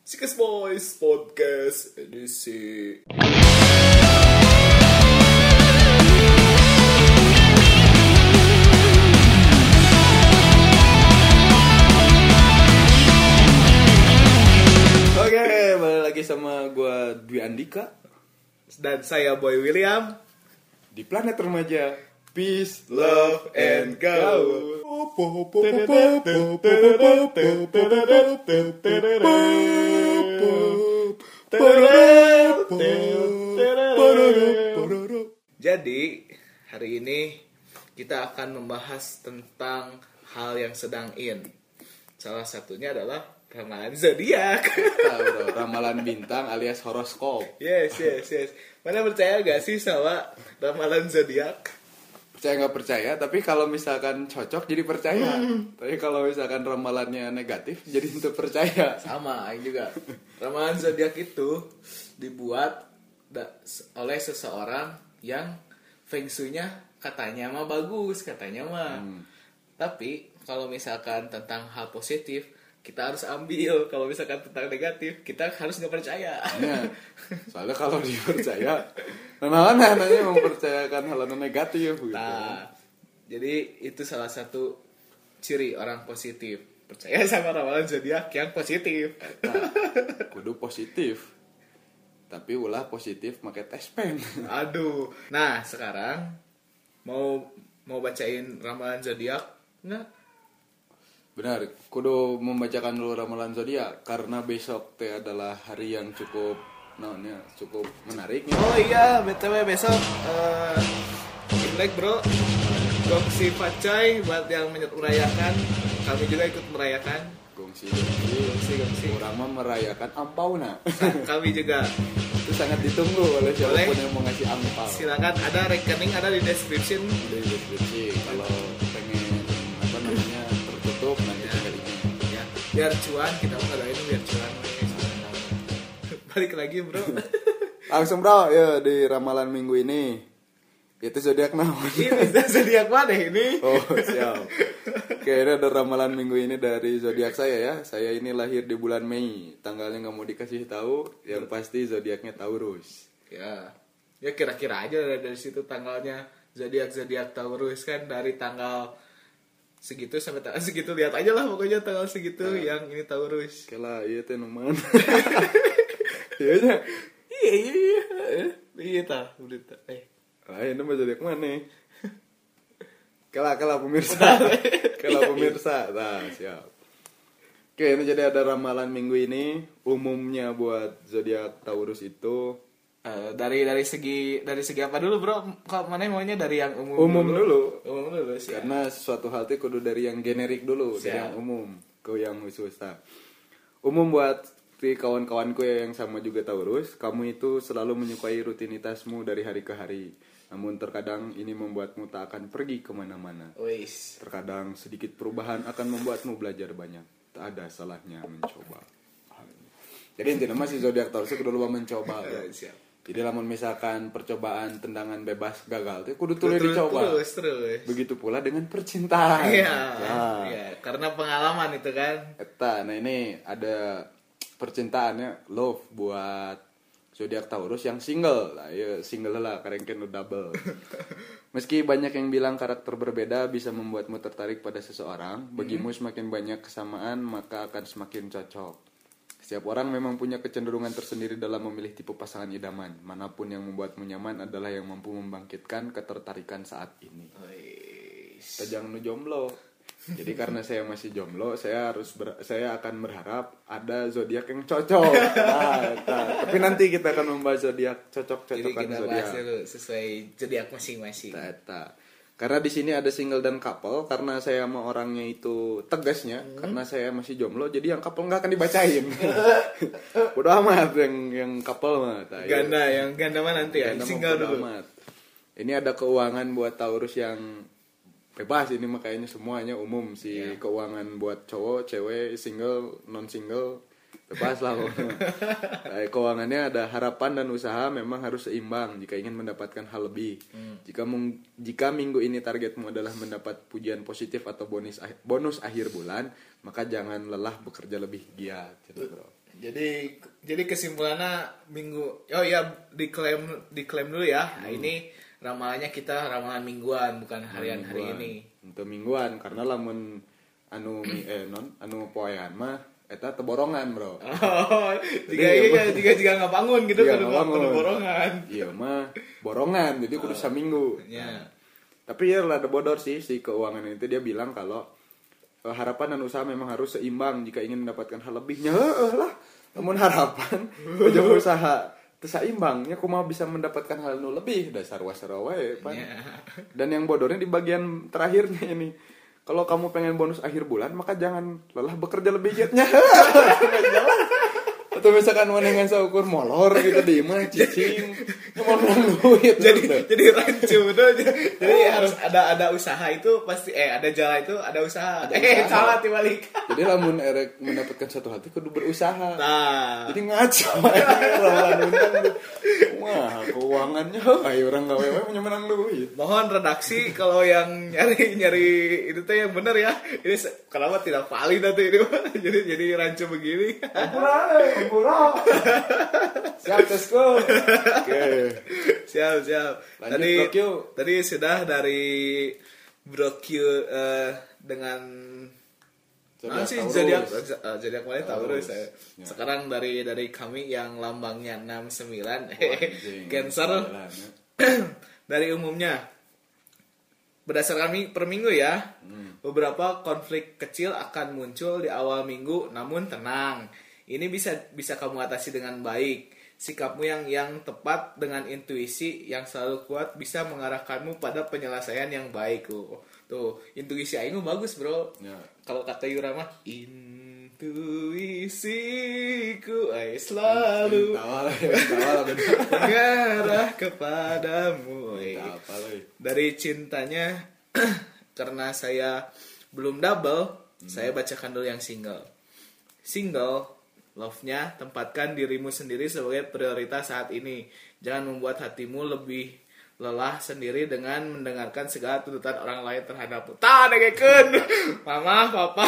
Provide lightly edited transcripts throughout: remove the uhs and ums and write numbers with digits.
Sikas Boys Podcast edisi. Oke, balik lagi sama gue Dwi Andika Dan saya Boy William di Planet Remaja. Peace, Love and Go. Jadi hari ini kita akan membahas tentang hal yang sedang in. Salah satunya adalah ramalan zodiak. Bro, ramalan bintang alias horoskop. Yes. Mana percaya gak sih sama ramalan zodiak? Percaya nggak percaya, tapi kalau misalkan cocok jadi percaya. Tapi kalau misalkan ramalannya negatif jadi untuk percaya. Sama, Aing juga. Ramalan zodiak itu dibuat oleh seseorang yang feng shui-nya katanya mah bagus, katanya mah. Tapi kalau misalkan tentang hal positif, kita harus ambil. Kalau misalkan tentang negatif, kita harus nggak percaya. Nah, soalnya kalau dipercaya, mana nanya mempercayakan hal negatif gitu. Nah, jadi itu salah satu ciri orang positif. Percaya sama ramalan zodiak yang positif. Nah, kudu positif. Tapi ulah positif pakai tes pen. Aduh. Nah, sekarang mau bacain ramalan zodiak nggak? Benar, kudu membacakan dulu ramalan zodiak karena besok teh adalah hari yang cukup cukup menarik nih. Oh iya, BTW besok Imlek bro. Gongsi Pacai buat yang merayakan. Kami juga ikut merayakan. Gongsi. Gongsi. Orang mah merayakan ampauna. Kami juga. Itu sangat ditunggu oleh siapapun yang mau ngasih ampau. Silakan, ada rekening ada di description. Di deskripsi kalau pengen tertutup nanti tinggal ini. Ya, biar cuan, kita mau ngadain biar cuan. Balik lagi bro. Langsung bro, ya di ramalan minggu ini. Itu zodiak naon? Ini zodiak mana ini? Oh siap. Oke, ini ada ramalan minggu ini dari zodiak saya ya. Saya ini lahir di bulan Mei. Tanggalnya nggak mau dikasih tahu. Yang pasti zodiaknya Taurus. Ya kira-kira aja dari situ tanggalnya. Zodiak Taurus kan dari tanggal segitu sampai tanggal segitu, lihat aja lah pokoknya tanggal segitu yang ini Taurus. Oke lah, iya teh numan. Iya. Iya tah, berita. Ini mah zodiak mana? Kela pemirsa. Nah, siap. Oke, ini jadi ada ramalan minggu ini. Umumnya buat zodiak Taurus itu dari segi apa dulu bro? Kok mana maunya dari yang umum dulu sih. Karena suatu hal itu kudu dari yang generik dulu. Siap. Dari yang umum ke yang khusus. Umum buat kawan-kawanku yang sama juga Taurus, kamu itu selalu menyukai rutinitasmu dari hari ke hari. Namun terkadang ini membuatmu tak akan pergi kemana-mana. Terkadang sedikit perubahan akan membuatmu belajar banyak. Tak ada salahnya mencoba. Jadi intinya masih zodiak Taurus kudu lupa mencoba. Siap. Jadi lamun misalkan percobaan tendangan bebas gagal tuh kudu tuluy dicoba. Terus. Begitu pula dengan percintaan. Iya. Karena pengalaman itu kan. Nah ini ada percintaannya love buat zodiak Taurus yang single lah, ya single lah, karengken double. Meski banyak yang bilang karakter berbeda bisa membuatmu tertarik pada seseorang, bagimu semakin banyak kesamaan maka akan semakin cocok. Setiap orang memang punya kecenderungan tersendiri dalam memilih tipe pasangan idaman. Manapun yang membuatmu nyaman adalah yang mampu membangkitkan ketertarikan saat ini. Jangan jomblo. Jadi karena saya masih jomblo, saya akan berharap ada zodiak yang cocok. Tapi nanti kita akan membahas zodiak cocok-cocokan zodiak. Jadi kita bahas dulu sesuai zodiak masing-masing. Karena di sini ada single dan couple, karena saya sama orangnya itu tegasnya, karena saya masih jomblo, jadi yang couple nggak akan dibacain. Udah amat yang couple mah. Yang ganda mah nanti ya. Single dulu. Amat. Ini ada keuangan buat Taurus yang bebas, ini makanya semuanya umum sih. Keuangan buat cowok, cewek, single, non single, bebas lah. Keuangannya ada harapan dan usaha memang harus seimbang jika ingin mendapatkan hal lebih. Jika minggu ini targetmu adalah mendapat pujian positif atau bonus akhir bulan, maka jangan lelah bekerja lebih giat, gitu bro. Jadi kesimpulannya minggu. Oh ya, diklaim dulu ya. Nah, ini ramalannya kita ramalan mingguan bukan harian hari ini. Untuk mingguan karena lamun anu poean mah eta teborongan, Bro. Oh, jika nggak bangun gitu iya, kudu borongan. Iya mah borongan, jadi kudu saminggu. Ya. Tapi ya rada bodor sih si keuangan itu, dia bilang kalau harapan dan usaha memang harus seimbang jika ingin mendapatkan hal lebihnya. Lah, namun harapan aja usaha terseimbangnya kumaha bisa mendapatkan hal nu lebih, dasar wasara wae pan. Yeah. Dan yang bodornya di bagian terakhirnya ini. Kalau kamu pengen bonus akhir bulan, maka jangan lelah bekerja lebih giatnya. Atau misalkan manengan saukur molor gitu di imah cicing, mau menang duit. Jadi rancu tuh. Jadi harus ada usaha itu pasti ada jalan itu ada usaha. Salah dibalik. Jadi lamun erek mendapatkan satu hati kudu berusaha. Nah. Jadi ngaco. Ramalan undang. Wah, keuangannya ayo orang gawe punya menang duit. Mohon redaksi kalau yang nyari itu tuh yang benar ya. Ini kenapa tidak valid atau ini? Jadi rancu begini. Ampura. Siap tesku. Oke. Siap. Lanjut, Tadi sudah dari Bro Q dengan zodiak mana Taurus. Ya. Sekarang dari kami yang lambangnya 69 Cancer. Dari umumnya berdasarkan per minggu ya. Beberapa konflik kecil akan muncul di awal minggu, namun tenang. Ini bisa kamu atasi dengan baik. Sikapmu yang tepat dengan intuisi yang selalu kuat bisa mengarahkanmu pada penyelesaian yang baik. Tuh, intuisi aing bagus, Bro. Ya. Kalau kata Yura mah intuisiku selalu mengarah kepadamu. Dari cintanya karena saya belum double, saya bacakan dulu yang single. Single, love-nya tempatkan dirimu sendiri sebagai prioritas saat ini. Jangan membuat hatimu lebih lelah sendiri dengan mendengarkan segala tuntutan orang lain terhadapmu. Tah dengekeun. Mama, papa.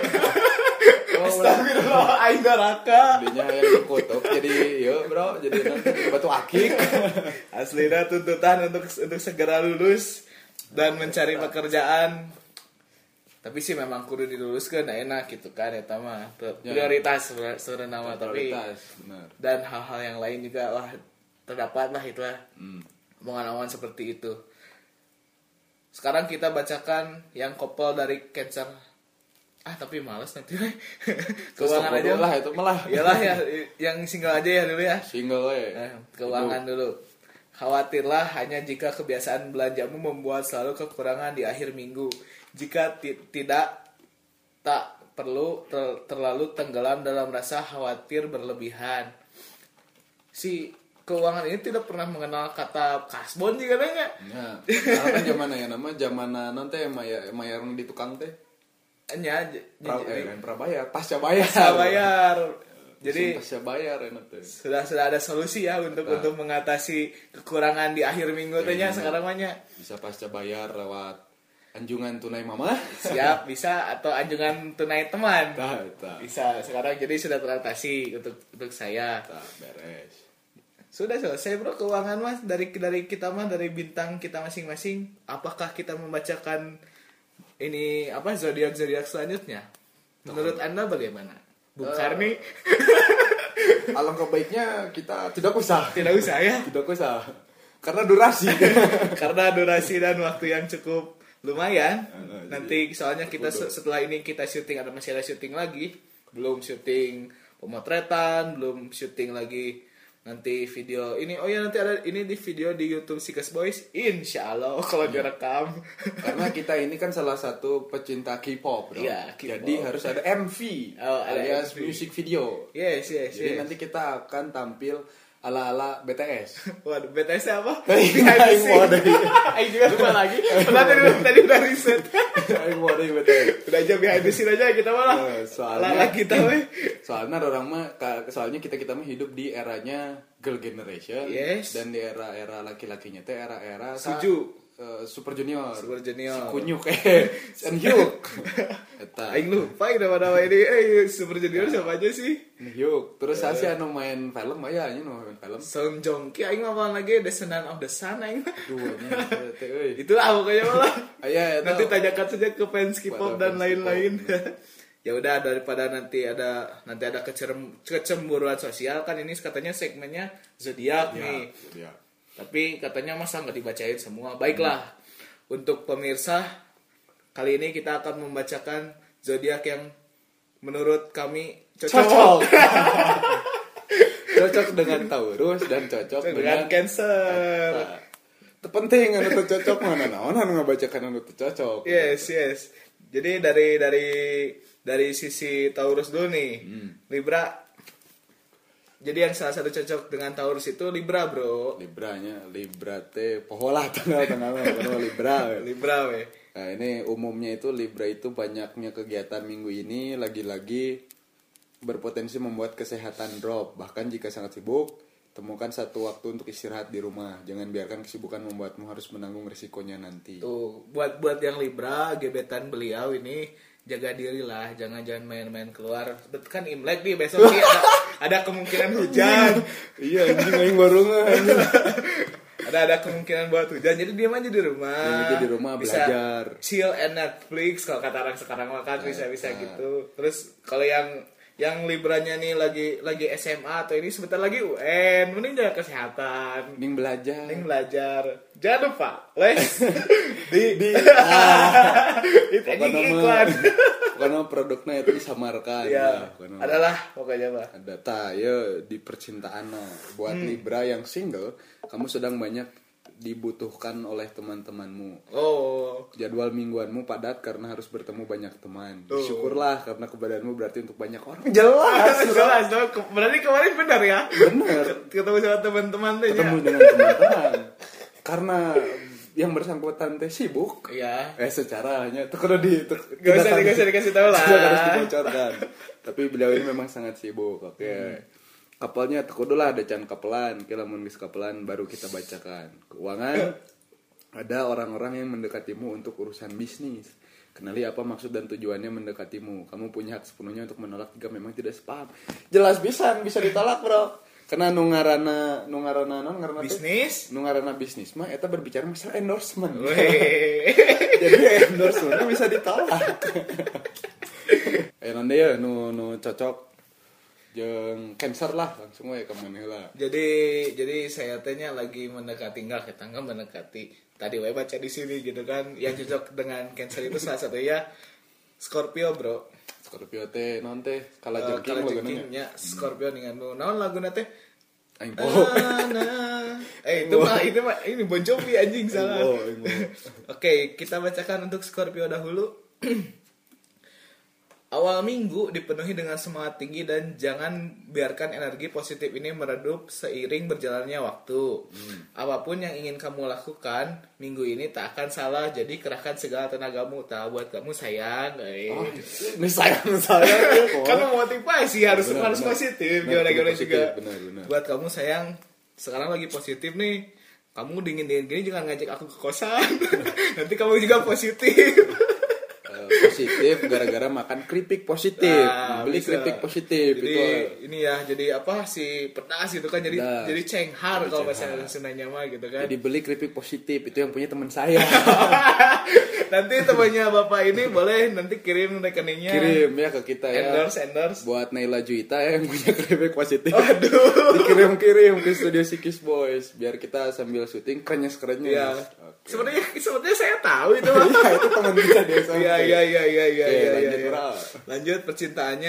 Astagfirullah, aing neraka. Dinya yang dikutuk jadi Bro, jadi nanti batu akik. Aslina tuntutan untuk segera lulus dan mencari pekerjaan. Tapi sih memang kudu diluluskan enak gitu kan eta mah. Prioritas sebenarnya nama tapi benar. Dan hal-hal yang lain juga terdapat lah itulah. Omongan-omongan seperti itu. Sekarang kita bacakan yang couple dari Cancer. Tapi males nanti. Keuangan aja lah itu malah. Iyalah ya, yang single aja ya dulu ya. Single ya. Keuangan dulu. Khawatirlah hanya jika kebiasaan belanjamu membuat selalu kekurangan di akhir minggu. Jika tak perlu terlalu tenggelam dalam rasa khawatir berlebihan. Si keuangan ini tidak pernah mengenal kata kasbon sih katanya. Ya, karena kan zaman nanti mayar di tukang teh. Prabayar, pasca bayar. Jadi pasca bayar teh. Sudah ada solusi ya untuk mengatasi kekurangan di akhir minggu tehnya sekarang mahnya. Bisa pasca bayar lewat anjungan tunai mama. Siap, bisa atau anjungan tunai teman. Bisa. Sekarang jadi sudah teratasi untuk saya. Beres. Sudah selesai, Bro, keuangan Mas dari kita mah, dari bintang kita masing-masing. Apakah kita membacakan ini zodiak selanjutnya? Menurut Anda bagaimana? Bung Karni? Alangkah baiknya kita tidak usah ya. Tidak usah. Karena durasi dan waktu yang cukup lumayan. Nanti soalnya kita setelah ini kita syuting, masih ada syuting lagi. Belum syuting pemotretan, belum syuting lagi nanti video ini. Nanti ada ini di video di YouTube Sikas Boys, insyaallah kalau direkam. Karena kita ini kan salah satu pecinta K-pop, Bro. Iya, K-pop. Jadi harus ada MV, alias music video. Yes. Jadi nanti kita akan tampil ala BTS. Waduh, BTS apa? Aing mau dari. Aing juga lupa lagi. Tadi udah riset. Aing mau dari BTS. Udah aja behind the scene aja kita malah. Soalnya soalnya orang mah soalnya kita mah hidup di eranya girl generation. Yes. Dan di era laki-lakinya teh era Super Junior. Si Kunyuk Sen Hyuk. Aing lupa nama-nama ini. Super Junior siapa aja sih? Yuk, terus sih anu main film aya nya main film. Song Joong Ki aing ngapal lagi The Descendant of the Sun aing. Duanya teh euy. Itulah pokoknya malah. Aya Nanti tanyakan saja ke fans K-pop Pada dan fans lain-lain. K-pop, Ya udah daripada nanti ada kecemburuan sosial kan ini katanya segmennya zodiak nih. Ya. Tapi katanya masa nggak dibacain semua. Baiklah. Untuk pemirsa, kali ini kita akan membacakan zodiak yang menurut kami cocok. Cocok dengan Taurus dan cocok dengan Cancer. Terpenting anu teu cocok mana naon anu ngabacakan anu teu cocok. Yes. Jadi dari sisi Taurus dulu nih. Libra. Jadi yang salah satu cocok dengan Taurus itu Libra, Bro. Libra teh poholah tanggal Libra. Libra we. Nah, ini umumnya itu Libra itu banyaknya kegiatan minggu ini lagi-lagi berpotensi membuat kesehatan drop. Bahkan jika sangat sibuk, temukan satu waktu untuk istirahat di rumah. Jangan biarkan kesibukan membuatmu harus menanggung risikonya nanti. Tuh, buat yang Libra, gebetan beliau ini jaga diri lah, jangan main-main keluar. Betul kan Imlek nih besok sih ada kemungkinan hujan. Iya, anjing aing baru ada kemungkinan buat hujan, jadi diam aja di rumah. Di rumah bisa belajar. Chill and Netflix kalau kata orang sekarang makan bisa gitu. Terus kalau yang Libranya nih lagi SMA atau ini sebentar lagi UN, mending jaga kesehatan. Mending belajar. Jangan lupa les di iklan. Karena produknya itu disamarkan. Ya, adalah pokoknya Pak. Ada ya di percintaan buat Libra yang single, kamu sedang banyak dibutuhkan oleh teman-temanmu. Oh. Jadwal mingguanmu padat karena harus bertemu banyak teman. Syukurlah karena keberadaanmu berarti untuk banyak orang. Jelas. Berarti kemarin benar ya? Benar. Ketemu sama teman-teman teh. Ketemu dengan teman-teman. Karena yang bersangkutan teh sibuk. Iya. Secara hanya itu Gak usah dikasih tahu lah. Tidak harus dibocorkan. Tapi beliau ini memang sangat sibuk. Oke. Kapalnya kudu lah ada can kapelan, lamun geus kapelan baru kita bacakan. Keuangan ada orang-orang yang mendekatimu untuk urusan bisnis. Kenali apa maksud dan tujuannya mendekatimu. Kamu punya hak sepenuhnya untuk menolak jika memang tidak sepaham. Jelas bisa ditolak, Bro. Karena nu ngaranna bisnis, bisnis mah eta berbicara masalah endorsement. Jadi endorsementnya bisa ditolak. Nanti ya nu cocok jeung Cancer lah langsung we ka maneh lah. Jadi saya tanya lagi mendekati mendekati. Tadi we baca di sini gitu kan, yang cocok dengan Cancer itu salah satunya Scorpio, Bro. Scorpio teh non teh kalajengking lagunya Scorpio dengan nu naon laguna teh aing itu mah ini Bon Jovi anjing salah. Oke, kita bacakan untuk Scorpio dahulu. Awal minggu dipenuhi dengan semangat tinggi dan jangan biarkan energi positif ini meredup seiring berjalannya waktu. Apapun yang ingin kamu lakukan minggu ini tak akan salah, jadi kerahkan segala tenagamu. Buat kamu sayang, Ini sayang saya. Kan memotivasi harus positif. Gimana juga. Benar. Buat kamu sayang, sekarang lagi positif nih. Kamu dingin gini jangan ngajak aku ke kosan. Nanti kamu juga positif. Positif gara-gara makan keripik positif. Beli bisa. Keripik positif jadi, itu. Ini ya, jadi apa sih pedas itu kan jadi cenghar kalau bahasa Sundanya mah gitu kan. Jadi beli keripik positif itu yang punya teman saya. Nanti temannya Bapak ini boleh nanti kirim rekeningnya. Kirim ya ke kita ya. Endorse. Buat Naila Juwita ya yang punya keripik positif. Aduh. Dikirim ke studio Sikis Boys biar kita sambil syuting kerennya. Ya. Okay. Sebenarnya saya tahu itu. Iya, itu teman kita dia. Iya. Lanjut percintaannya.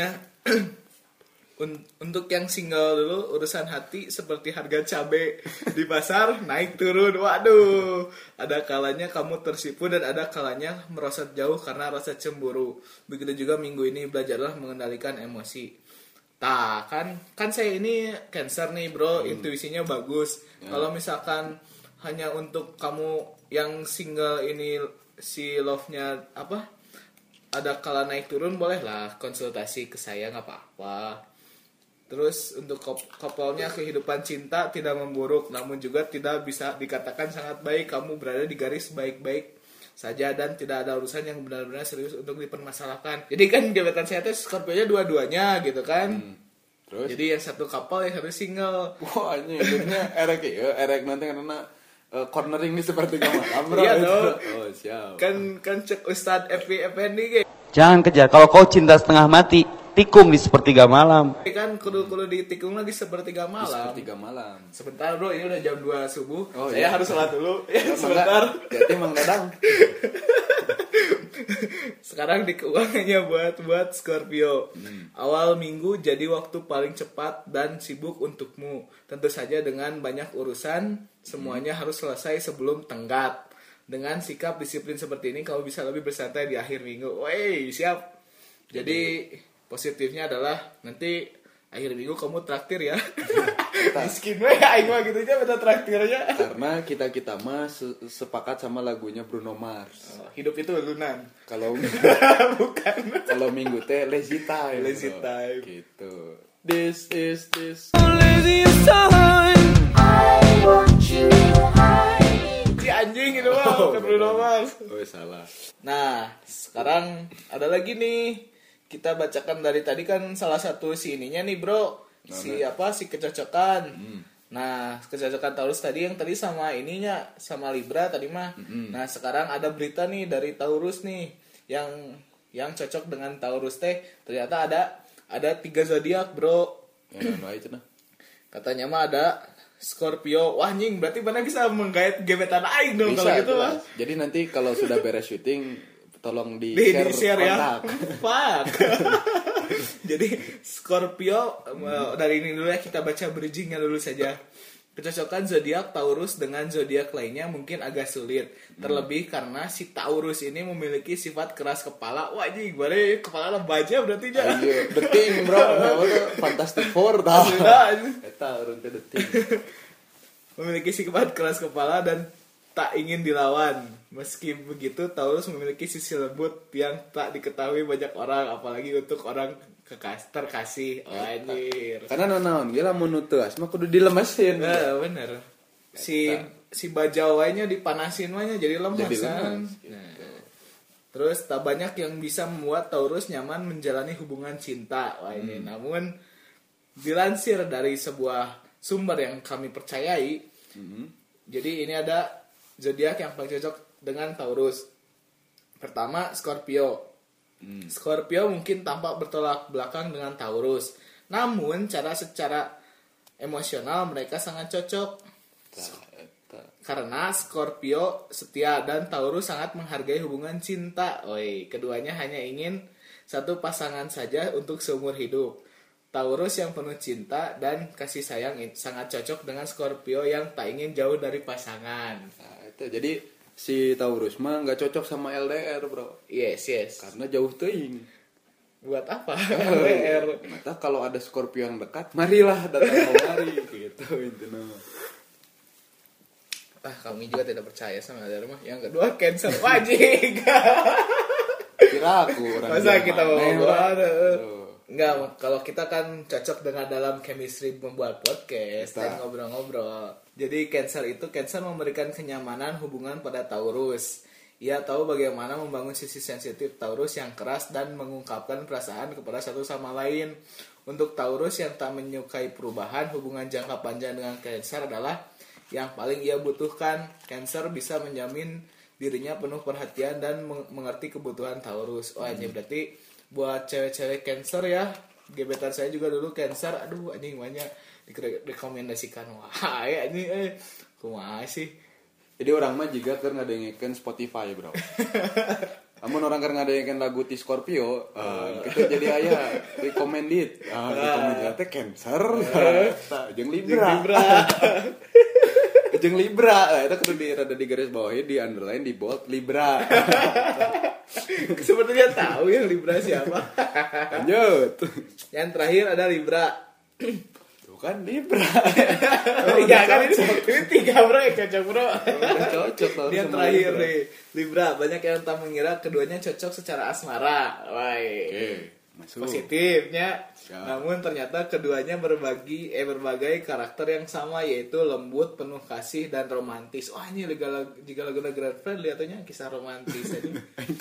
Untuk yang single dulu, urusan hati seperti harga cabai di pasar naik turun. Waduh, ada kalanya kamu tersipu dan ada kalanya merosot jauh karena rasa cemburu. Begitu juga minggu ini belajarlah mengendalikan emosi. Kan saya ini Cancer nih, Bro, intuisinya bagus. Kalau misalkan hanya untuk kamu yang single ini si love-nya apa? Ada kala naik turun bolehlah konsultasi ke saya nggak apa-apa. Terus untuk couple-nya kehidupan cinta tidak memburuk namun juga tidak bisa dikatakan sangat baik. Kamu berada di garis baik-baik saja dan tidak ada urusan yang benar-benar serius untuk dipermasalahkan. Jadi kan gebetan saya tuh Scorpio-nya dua-duanya gitu kan. Terus? Jadi yang satu couple, yang satu single. Wah, ini jadinya erek nanti karena cornering di sepertiga malam, bro. Iya dong. Oh, siap. Kan cek Ustadz Epi Effendi gitu. Jangan kejar. Kalau kau cinta setengah mati, tikung di sepertiga malam. Kan kudu ditikung lagi sepertiga malam. Sepertiga malam. Sebentar bro, ini udah jam 2 subuh. Oh, Saya iya. harus sholat dulu. Ya, Ya, sebentar. Jadi Mang Dadang. Sekarang di keuangannya buat Scorpio. Awal minggu jadi waktu paling cepat dan sibuk untukmu. Tentu saja dengan banyak urusan, semuanya harus selesai sebelum tenggat. Dengan sikap disiplin seperti ini, kamu bisa lebih bersantai di akhir minggu. Wey, siap. Jadi positifnya adalah nanti akhir minggu kamu traktir ya. Miskin we aing mah gitu aja beda traktirnya. Karena kita mah sepakat sama lagunya Bruno Mars. Hidup itu lunan. Kalau Bukan. kalau minggu teh lazy time. Lazy bro. time. Gitu. This is Si anjing itu mah bukan Bruno Mars. Oh, salah. Nah, sekarang ada lagi nih. Kita bacakan dari tadi kan salah satu si ininya nih, Bro. Si kecocokan. Nah, kecocokan Taurus tadi yang tadi sama ininya, sama Libra tadi mah. Nah, sekarang ada berita nih dari Taurus nih yang cocok dengan Taurus teh. Ternyata ada 3 zodiak, Bro. Ya, itu nah. Katanya mah ada Scorpio. Wah, anjing, berarti mana bisa menggait gebetan aing dong kalau gitu mah. Jadi nanti kalau sudah beres syuting tolong di Share ya. kontak. Fuck. Jadi Scorpio dari ini dulu ya, kita baca bridgingnya dulu saja. Kecocokan zodiak Taurus dengan zodiak lainnya mungkin agak sulit, terlebih karena si Taurus ini memiliki sifat keras kepala. Wah, anjing, bare kepala baja berarti aja. Ayo, The Thing, bro. Fantastic Four tah. Eta urang teh The Thing. Memiliki sifat keras kepala dan tak ingin dilawan. Meski begitu, Taurus memiliki sisi lembut yang tak diketahui banyak orang, apalagi untuk orang terkasih. Oh, anjir. Karena naon gila mun teu asma kudu dilemesin. Bener. Si bajawainya dipanasin wanya jadi lemas. Jadi Kan? lemas, gitu. Nah. Terus tak banyak yang bisa membuat Taurus nyaman menjalani hubungan cinta. Wah, ini namun dilansir dari sebuah sumber yang kami percayai. Jadi ini ada zodiak yang paling cocok dengan Taurus. Pertama, Scorpio. Scorpio mungkin tampak bertolak belakang dengan Taurus. Namun secara emosional mereka sangat cocok. Karena Scorpio setia dan Taurus sangat menghargai hubungan cinta. Keduanya hanya ingin satu pasangan saja untuk seumur hidup. Taurus yang penuh cinta dan kasih sayang sangat cocok dengan Scorpio yang tak ingin jauh dari pasangan. Nah, itu jadi si Taurus mah nggak cocok sama LDR, bro. Yes. Karena jauh teuing. Buat apa? LDR. Mata kalau ada Scorpio yang dekat, marilah datang kemari gitu intinya. Kami juga tidak percaya sama LDR mah. Yang kedua, Cancer. Wajib. Kira aku orang Masa kita mau ngobrol? Aduh. Enggak, kalau kita kan cocok dengan dalam chemistry membuat podcast dan ngobrol-ngobrol. Jadi Cancer memberikan kenyamanan hubungan pada Taurus. Ia tahu bagaimana membangun sisi sensitif Taurus yang keras dan mengungkapkan perasaan kepada satu sama lain. Untuk Taurus yang tak menyukai perubahan, hubungan jangka panjang dengan Cancer adalah yang paling ia butuhkan. Cancer bisa menjamin dirinya penuh perhatian dan mengerti kebutuhan Taurus. Ini berarti buat cewek-cewek Cancer ya, gebetan saya juga dulu Cancer. Aduh, anjing banyak direkomendasikan. Wah, ini kumaha sih. Jadi orang mah juga keur ngadengkeun Spotify, bro. Namun orang keur ngadengkeun lagu ti Scorpio, kita jadi aya recommended. Recommended teh Cancer. Jeung Libra. Jeung Libra. Eta kudu rada di garis bawahi, di underline, di bold Libra. Sepertinya tahu yang Libra siapa. Lanjut. Yang terakhir ada Libra. Tuh kan Libra. Iya kan ini 3 bro, cocok bro. Cocok tau. Yang terakhir nih Libra. Banyak yang tak mengira keduanya cocok secara asmara. Oke. Masuk. positifnya. Siap. Namun ternyata keduanya berbagai karakter yang sama, yaitu lembut, penuh kasih dan romantis. Wah, ini jika lagu Grand Friend lihatnya kisah romantis ini.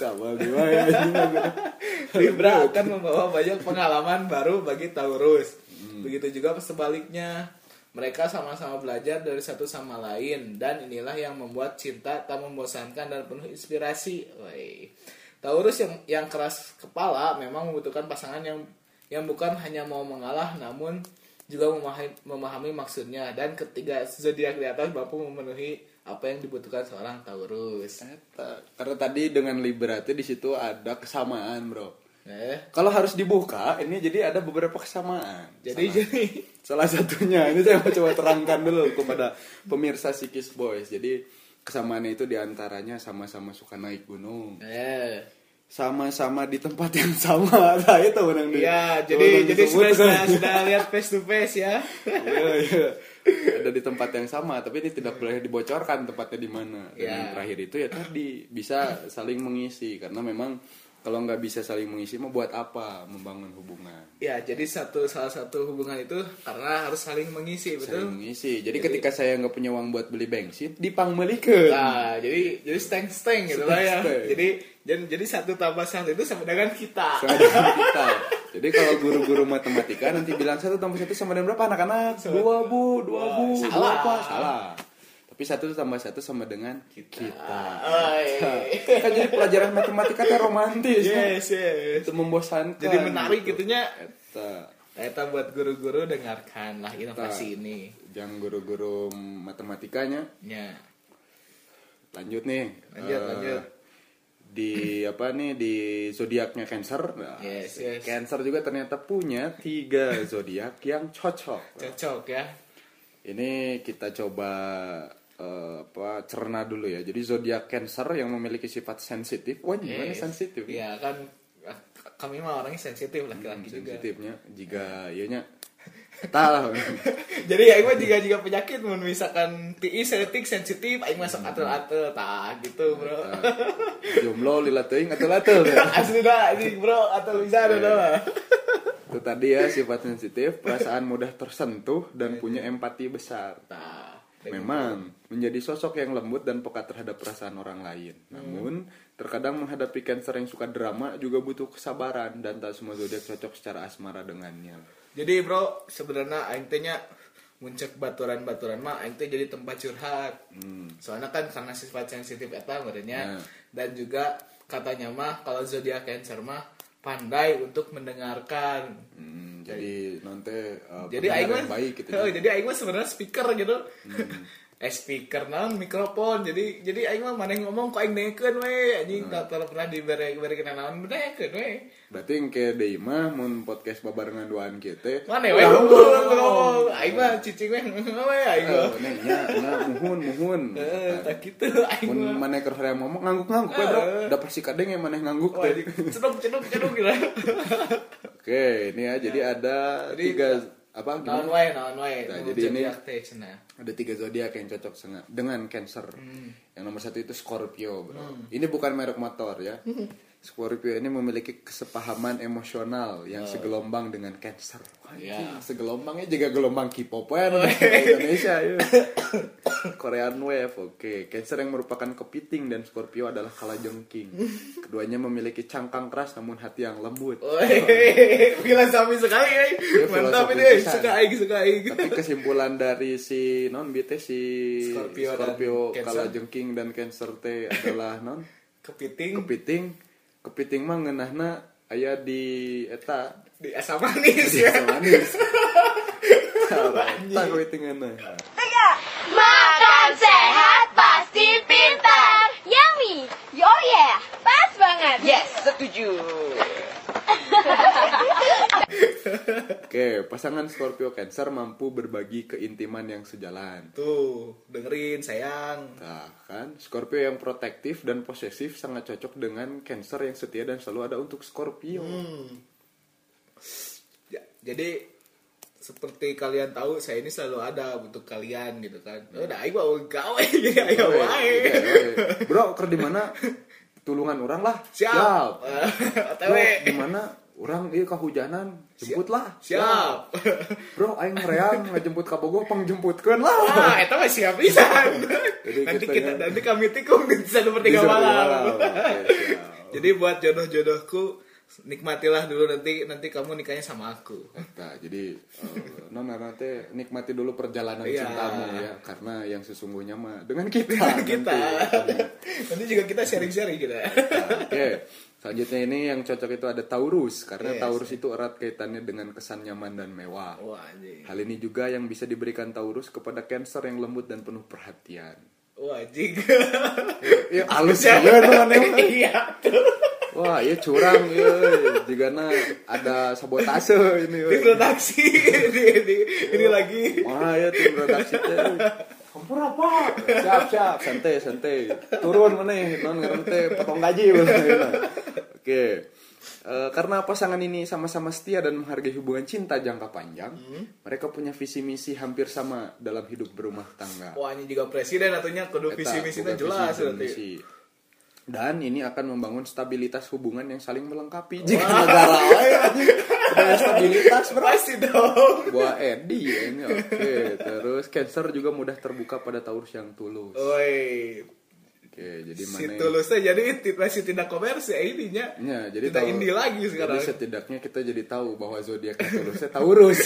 Libra akan membawa banyak pengalaman baru bagi Taurus. Begitu juga sebaliknya. Mereka sama-sama belajar dari satu sama lain, dan inilah yang membuat cinta tak membosankan dan penuh inspirasi. Woi. Taurus yang keras kepala memang membutuhkan pasangan yang bukan hanya mau mengalah, namun juga memahami maksudnya. Dan ketiga zodiak di atas mampu memenuhi apa yang dibutuhkan seorang Taurus. Karena tadi dengan Libra itu di situ ada kesamaan, bro. Kalau harus dibuka, ini jadi ada beberapa kesamaan. Salah satunya, ini saya mau coba terangkan dulu kepada pemirsa Sikis Boys. Jadi kesamaannya itu diantaranya sama-sama suka naik gunung. Sama-sama di tempat yang sama. Nah, itu menang dulu. Iya, jadi sudah lihat face to face ya. Iya. Ada di tempat yang sama, tapi ini tidak boleh dibocorkan tempatnya di mana. Dan yang terakhir itu ya tadi bisa saling mengisi, karena memang kalau nggak bisa saling mengisi mau buat apa membangun hubungan? Ya, jadi salah satu hubungan itu karena harus saling mengisi, betul? Saling mengisi. Jadi ketika saya nggak punya uang buat beli bensin, dipangmelikeun. Nah, jadi steng gitu lah ya. Jadi 1 tambah 1 itu sama dengan kita. Sama dengan kita. Jadi kalau guru-guru matematika nanti bilang 1 tambah 1 sama dengan berapa anak-anak? 2 bu. Salah. Salah. Tapi 1 tambah 1 sama dengan kita. Kan jadi pelajaran matematika teh romantis. Yes. Itu membosankan. Jadi menarik gitunya. Eta buat guru-guru dengarkanlah inovasi ini. Yang guru-guru matematikanya. Ya. Lanjut nih. Lanjut. Di zodiaknya Cancer. Nah, Yes. Cancer juga ternyata punya 3 zodiak yang cocok. Cocok ya. Ini kita coba cerna dulu ya. Jadi zodiak Cancer yang memiliki sifat sensitif. Wah, gimana sensitif? Iya kan, kami mah orangnya sensitif, laki-laki juga. Sensitifnya jika ieunya tahu. Jadi aing mah jika penyakit mun misalkan TI sensitif aing masuk atel-atel tah gitu, Bro. Jomblo lila teuing atel-atel. Asli dah ini, Bro, atel bisa ada. Itu tadi ya, sifat sensitif, perasaan mudah tersentuh dan punya empati besar. Memang menjadi sosok yang lembut dan peka terhadap perasaan orang lain. Namun terkadang menghadapi Cancer yang suka drama juga butuh kesabaran, dan tak semua zodiak cocok secara asmara dengannya. Jadi, Bro, sebenarnya aing teh nya muncul baturan mah aing teh jadi tempat curhat. Soalnya kan karena sifat sensitif eta merenya. Dan juga katanya mah kalau zodiak Cancer mah pandai untuk mendengarkan. Jadi nanti jadi aing mah baik gitu. Jadi aing mah sebenarnya speaker gitu. Speaker naon mikrofon. Jadi aing mah maneh ngomong kok aing nekeun we anjing kalau pernah diberi kenalan nekeun we. Berarti engke deui mah mun podcast babarengan duaan kieu teh. Mane we ngomong. Aing mah cicing we aing mah. Nya muhun. Tak kitu aing mah. Mun maneh keur hoream ngomong ngangguk-ngangguk we, Bro. Da pasti kadeng ya maneh ngangguk teh. Ceduk gitu. Oke, ini ya jadi ada 3 apa? Naon wae. Nah, jadi ini ada 3 zodiak yang cocok dengan Cancer. Yang nomor 1 itu Scorpio, Bro. Ini bukan merek motor ya. Scorpio ini memiliki kesepahaman emosional yang segelombang dengan Cancer. Segelombangnya juga gelombang K-pop Indonesia ya. Korean Wave. Oke. Cancer yang merupakan kepiting dan Scorpio adalah kalajengking. Keduanya memiliki cangkang keras namun hati yang lembut. Filosofi sekali ya. Mantap ini, suka aing. Tapi kesimpulan dari si Scorpio kalajengking dan Cancer teh adalah kepiting mah ngeunahna aya di eta di asam manis ya. Tak kepitinganna. Makan sehat pasti pintar. Yummy. Oh yeah, pas banget. Yes, setuju. Oke, pasangan Scorpio Cancer mampu berbagi keintiman yang sejalan. Tuh, dengerin sayang. Nah, kan Scorpio yang protektif dan posesif sangat cocok dengan Cancer yang setia dan selalu ada untuk Scorpio. Ya, jadi seperti kalian tahu, saya ini selalu ada untuk kalian gitu kan. Udah aing mah gawe jadi ayo wae. Bro, keur di mana? Tulungan orang lah. Siap. Bro, di mana? Urang ieu kahujanan, jemputlah. Siap. Bro, aing horeang ngajemput ka Bogor, pangjemputkeun lah. Wah, eta mah siap pisan. Jadi Nanti kami tikung di sana bertiga Bisa malam. Oke, siap. Jadi buat jodoh-jodohku nikmatilah dulu nanti kamu nikahnya sama aku. Nah, jadi non nanti nikmati dulu perjalanan Iya. cintamu ya, karena yang sesungguhnya mah dengan kita. Kita. Nanti. Nanti juga kita sharing-sharing kita. Nah, oke. Selanjutnya ini yang cocok itu ada Taurus, karena Yes. Taurus itu erat kaitannya dengan kesan nyaman dan mewah. Wah, anjing. Hal ini juga yang bisa diberikan Taurus kepada Cancer yang lembut dan penuh perhatian. Wah, anjing. Ya halus ya teman. Iya tuh. Wah, iya curang ya. Jigana ada sabotase ini. Di produksi ini lagi. Wah, ya tim redaksi teh. Kampur apa? Siap, santai. Turun maneh, non ngerente potong gaji. Oke. Karena pasangan ini sama-sama setia dan menghargai hubungan cinta jangka panjang, mereka punya visi misi hampir sama dalam hidup berumah tangga. Wah, ini juga presiden atunya kudu visi misinya jelas berarti. Dan ini akan membangun stabilitas hubungan yang saling melengkapi. Jika negara ada stabilitas Pasti dong. Buat Edi ya ini oke. Terus Cancer juga mudah terbuka pada Taurus yang tulus. Woi. Oke, jadi Si mana? tulusnya jadi masih tidak komersi ininya. Ya, jadi tidak indie lagi sekarang. Jadi setidaknya kita jadi tahu bahwa zodiak Taurusnya Taurus.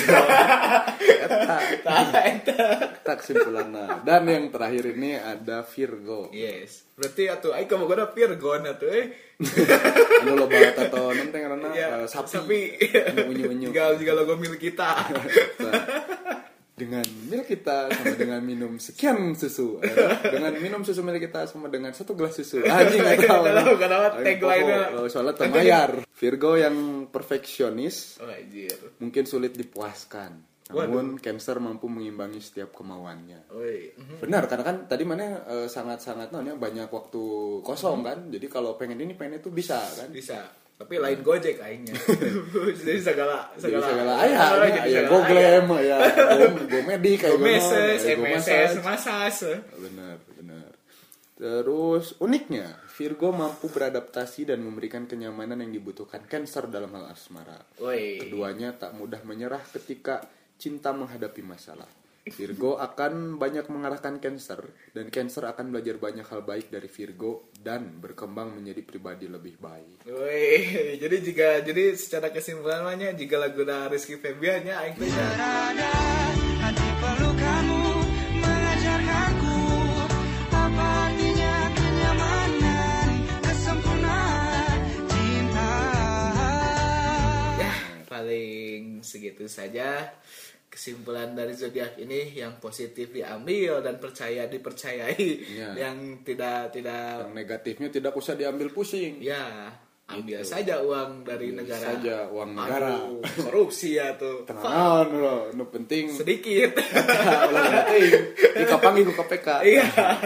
Eta kesimpulanna. Dan yang terakhir ini ada Virgo. Yes. Berarti atuh ai kamu goda Virgon atuh Anu loba tato nanti karena sapi. Unyu-unyu. Juga logo milik kita. Dengan milik kita sama dengan minum sekian susu. Dengan minum susu milik kita sama dengan 1 gelas susu. Anjing enggak tahu. Kenapa tagline-nya? Soalnya terbayar. Virgo yang perfeksionis Oh anjir. mungkin sulit dipuaskan. Namun Cancer mampu mengimbangi setiap kemauannya. Oi. Benar, karena kan tadi mana sangat-sangat banyak waktu kosong kan. Jadi kalau pengen ini pengen itu bisa kan. Bisa. Tapi lain Gojek aingnya. Jadi segala ya go glam ya go medik kayak Go meses, MSS, masas. Benar. Terus uniknya Virgo mampu beradaptasi dan memberikan kenyamanan yang dibutuhkan Cancer dalam hal asmara. Woi. Keduanya tak mudah menyerah ketika cinta menghadapi masalah. Virgo akan banyak mengarahkan Cancer dan Cancer akan belajar banyak hal baik dari Virgo dan berkembang menjadi pribadi lebih baik. Woi, jadi secara kesimpulannya jika lagu Rizky Febian nya aing teh hati perlu kamu mengajarkanku apa artinya kenyamanan, kesempurnaan cinta. ya paling segitu saja kesimpulan dari zodiak ini. Yang positif diambil dan dipercayai. Ya. Yang tidak Yang negatifnya tidak usah diambil pusing. ya ambil saja uang dari Ambil negara. saja uang negara. Aduh, korupsi ya tuh. Tenang bro, nu penting Sedikit. ulah penting dikapangi ku KPK. Iya.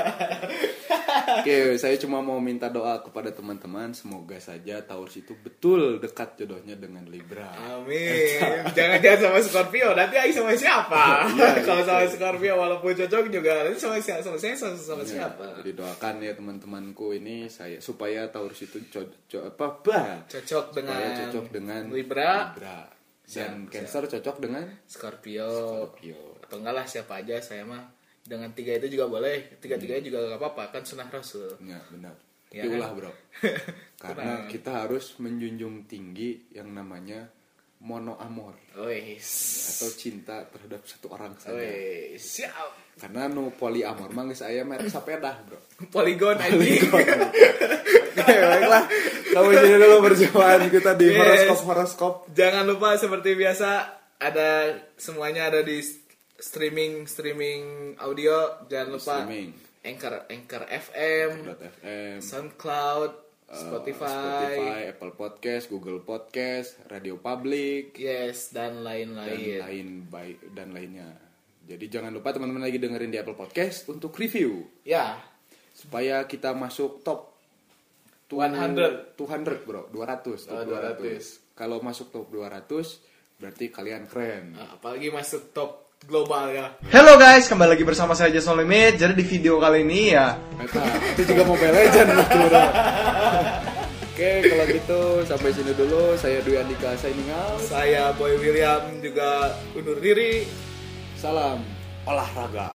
Oke, saya cuma mau minta doa kepada teman-teman, semoga saja Taurus itu betul dekat jodohnya dengan Libra. Amin. Jangan sama Scorpio. Nanti Aing sama siapa? Kalau sama Scorpio walaupun cocok juga nanti sama saya sama siapa? Jadi doakan ya teman-temanku ini saya supaya Taurus itu Cocok dengan Libra. Dan Cancer cocok dengan Scorpio. Atau enggak lah siapa aja, saya mah dengan 3 itu juga boleh. 3-3 juga gak apa-apa, kan sunnah Rasul. Ya benar. Ya, Tapi kan? ulah bro. Karena kita harus menjunjung tinggi yang namanya monoamor Wes. atau cinta terhadap satu orang saja. Wes, siap. Karena nu poliamor mah geus aya merek sepeda, bro. Polygon anjing. Oke, baiklah. Kamu jadi dulu perjumpaan kita di horoskop. Jangan lupa seperti biasa semuanya ada di streaming audio. Jangan lupa Anchor FM, SoundCloud, Spotify, Apple Podcast, Google Podcast, Radio Public, yes, dan lain-lain. dan lainnya. Jadi jangan lupa teman-teman lagi dengerin di Apple Podcast untuk review. Ya, Supaya kita masuk top 100, bro, 200, top 200. Kalau masuk top 200 berarti kalian keren. apalagi masuk top global ya. Halo guys, kembali lagi bersama saya Jason Limit. Jadi di video kali ini ya Eta, itu juga Mobile Legends betul. Oke, kalau gitu sampai sini dulu. Saya Dwi Andika signing out. Saya Boy William juga undur diri. Salam olahraga.